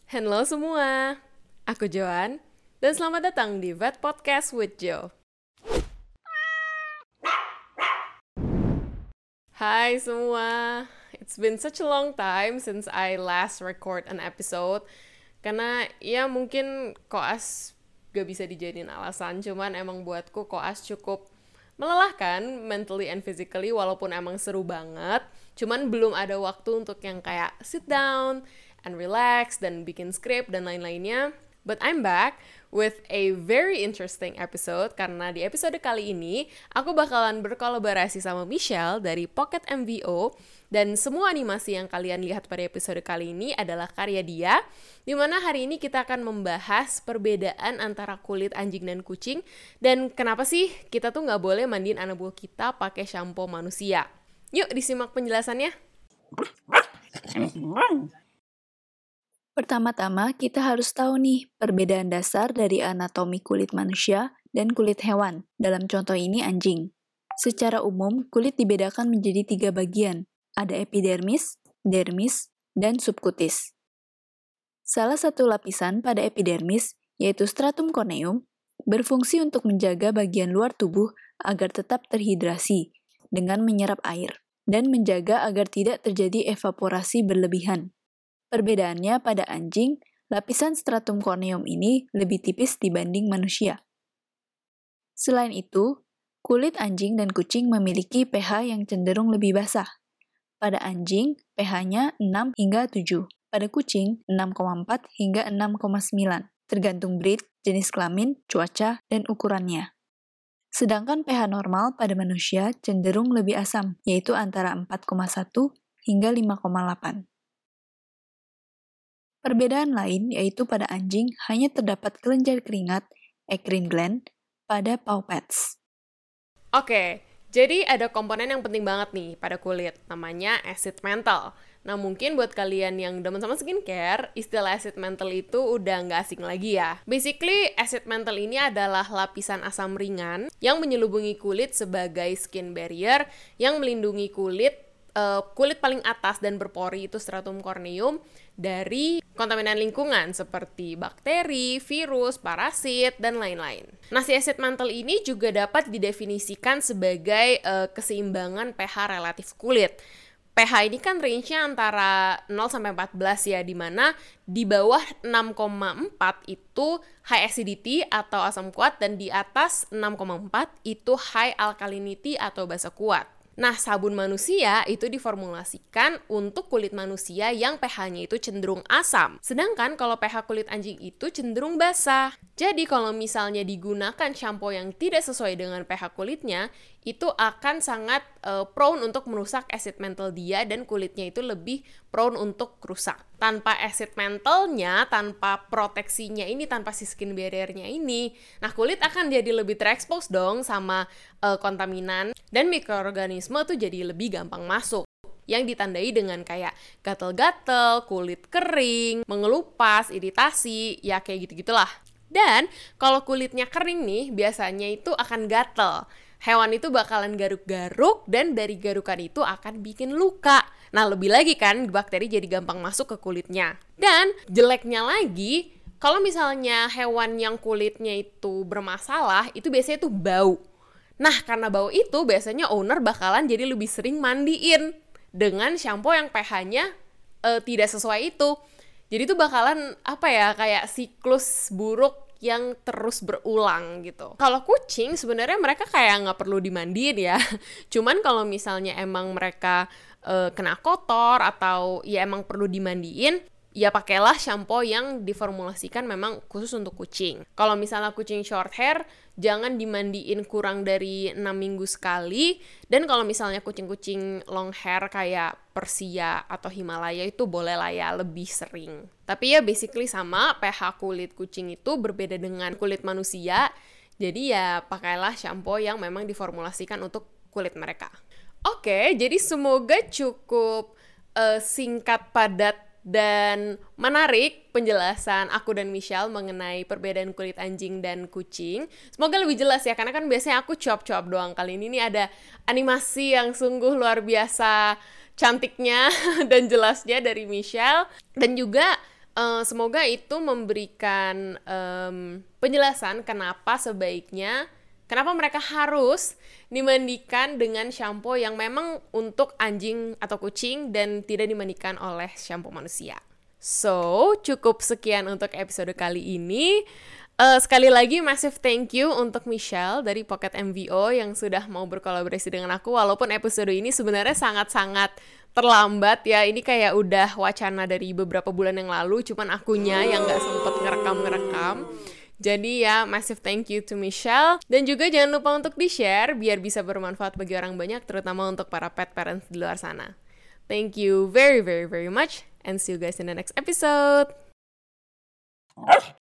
Halo semua, aku Joan, dan selamat datang di Vet Podcast with Jo. Hai semua, it's been such a long time since I last record an episode. Karena ya mungkin koas gak bisa dijadiin alasan, cuman emang buatku koas cukup melelahkan mentally and physically, walaupun emang seru banget. Cuman belum ada waktu untuk yang kayak sit down and relax dan bikin script dan lain-lainnya. But I'm back with a very interesting episode karena di episode kali ini aku bakalan berkolaborasi sama Michelle dari Pocket MVO dan semua animasi yang kalian lihat pada episode kali ini adalah karya dia, dimana hari ini kita akan membahas perbedaan antara kulit anjing dan kucing dan kenapa sih kita tuh nggak boleh mandiin anak buah kita pakai shampoo manusia. Yuk disimak penjelasannya. Pertama-tama, kita harus tahu nih perbedaan dasar dari anatomi kulit manusia dan kulit hewan. Dalam contoh ini anjing. Secara umum, kulit dibedakan menjadi 3 bagian. Ada epidermis, dermis, dan subkutis. Salah satu lapisan pada epidermis, yaitu stratum corneum, berfungsi untuk menjaga bagian luar tubuh agar tetap terhidrasi dengan menyerap air, dan menjaga agar tidak terjadi evaporasi berlebihan. Perbedaannya pada anjing, lapisan stratum corneum ini lebih tipis dibanding manusia. Selain itu, kulit anjing dan kucing memiliki pH yang cenderung lebih basah. Pada anjing, pH-nya 6 hingga 7. Pada kucing, 6,4 hingga 6,9, tergantung breed, jenis kelamin, cuaca, dan ukurannya. Sedangkan pH normal pada manusia cenderung lebih asam, yaitu antara 4,1 hingga 5,8. Perbedaan lain yaitu pada anjing hanya terdapat kelenjar keringat, eccrine gland, pada paw pads. Oke, jadi ada komponen yang penting banget nih pada kulit, namanya acid mantle. Nah mungkin buat kalian yang demen sama skincare, istilah acid mantle itu udah nggak asing lagi ya. Basically, acid mantle ini adalah lapisan asam ringan yang menyelubungi kulit sebagai skin barrier yang melindungi kulit paling atas dan berpori itu stratum corneum dari kontaminan lingkungan seperti bakteri, virus, parasit, dan lain-lain. Nah, si acid mantle ini juga dapat didefinisikan sebagai keseimbangan pH relatif kulit. pH ini kan range-nya antara 0 sampai 14 ya, di mana di bawah 6,4 itu high acidity atau asam kuat dan di atas 6,4 itu high alkalinity atau basa kuat. Nah, sabun manusia itu diformulasikan untuk kulit manusia yang pH-nya itu cenderung asam. Sedangkan kalau pH kulit anjing itu cenderung basah. Jadi kalau misalnya digunakan shampoo yang tidak sesuai dengan pH kulitnya, itu akan sangat prone untuk merusak acid mantle dia dan kulitnya itu lebih prone untuk rusak. Tanpa acid mantle-nya, tanpa proteksinya ini, tanpa si skin barrier-nya ini, nah kulit akan jadi lebih terekspos dong sama kontaminan dan mikroorganisme tuh jadi lebih gampang masuk. Yang ditandai dengan kayak gatel-gatel, kulit kering, mengelupas, iritasi, ya kayak gitu-gitulah. Dan kalau kulitnya kering nih, biasanya itu akan gatel. Hewan itu bakalan garuk-garuk dan dari garukan itu akan bikin luka. Nah, lebih lagi kan bakteri jadi gampang masuk ke kulitnya. Dan jeleknya lagi, kalau misalnya hewan yang kulitnya itu bermasalah, itu biasanya tuh bau. Nah, karena bau itu biasanya owner bakalan jadi lebih sering mandiin dengan shampoo yang pH-nya tidak sesuai itu. Jadi tuh bakalan kayak siklus buruk yang terus berulang gitu. Kalau kucing sebenarnya mereka kayak nggak perlu dimandiin ya. Cuman kalau misalnya emang mereka kena kotor atau ya emang perlu dimandiin, ya pakailah shampoo yang diformulasikan memang khusus untuk kucing. Kalau misalnya kucing short hair, jangan dimandiin kurang dari 6 minggu sekali. Dan kalau misalnya kucing-kucing long hair kayak Persia atau Himalaya itu boleh lah ya lebih sering. Tapi ya basically sama, pH kulit kucing itu berbeda dengan kulit manusia. Jadi ya pakailah shampoo yang memang diformulasikan untuk kulit mereka. Oke, jadi semoga cukup singkat, padat, dan menarik penjelasan aku dan Michelle mengenai perbedaan kulit anjing dan kucing. Semoga lebih jelas ya, karena kan biasanya aku cuap-cuap doang. Kali ini nih ada animasi yang sungguh luar biasa cantiknya dan jelasnya dari Michelle. Dan juga Semoga itu memberikan penjelasan kenapa mereka harus dimandikan dengan shampoo yang memang untuk anjing atau kucing dan tidak dimandikan oleh shampoo manusia. So, cukup sekian untuk episode kali ini. Sekali lagi massive thank you untuk Michelle dari Pocket MVO yang sudah mau berkolaborasi dengan aku, walaupun episode ini sebenarnya sangat-sangat terlambat ya. Ini kayak udah wacana dari beberapa bulan yang lalu, cuman akunya yang gak sempet ngerekam. Jadi ya, massive thank you to Michelle. Dan juga jangan lupa untuk di-share biar bisa bermanfaat bagi orang banyak, terutama untuk para pet parents di luar sana. Thank you very, very, very much, and see you guys in the next episode.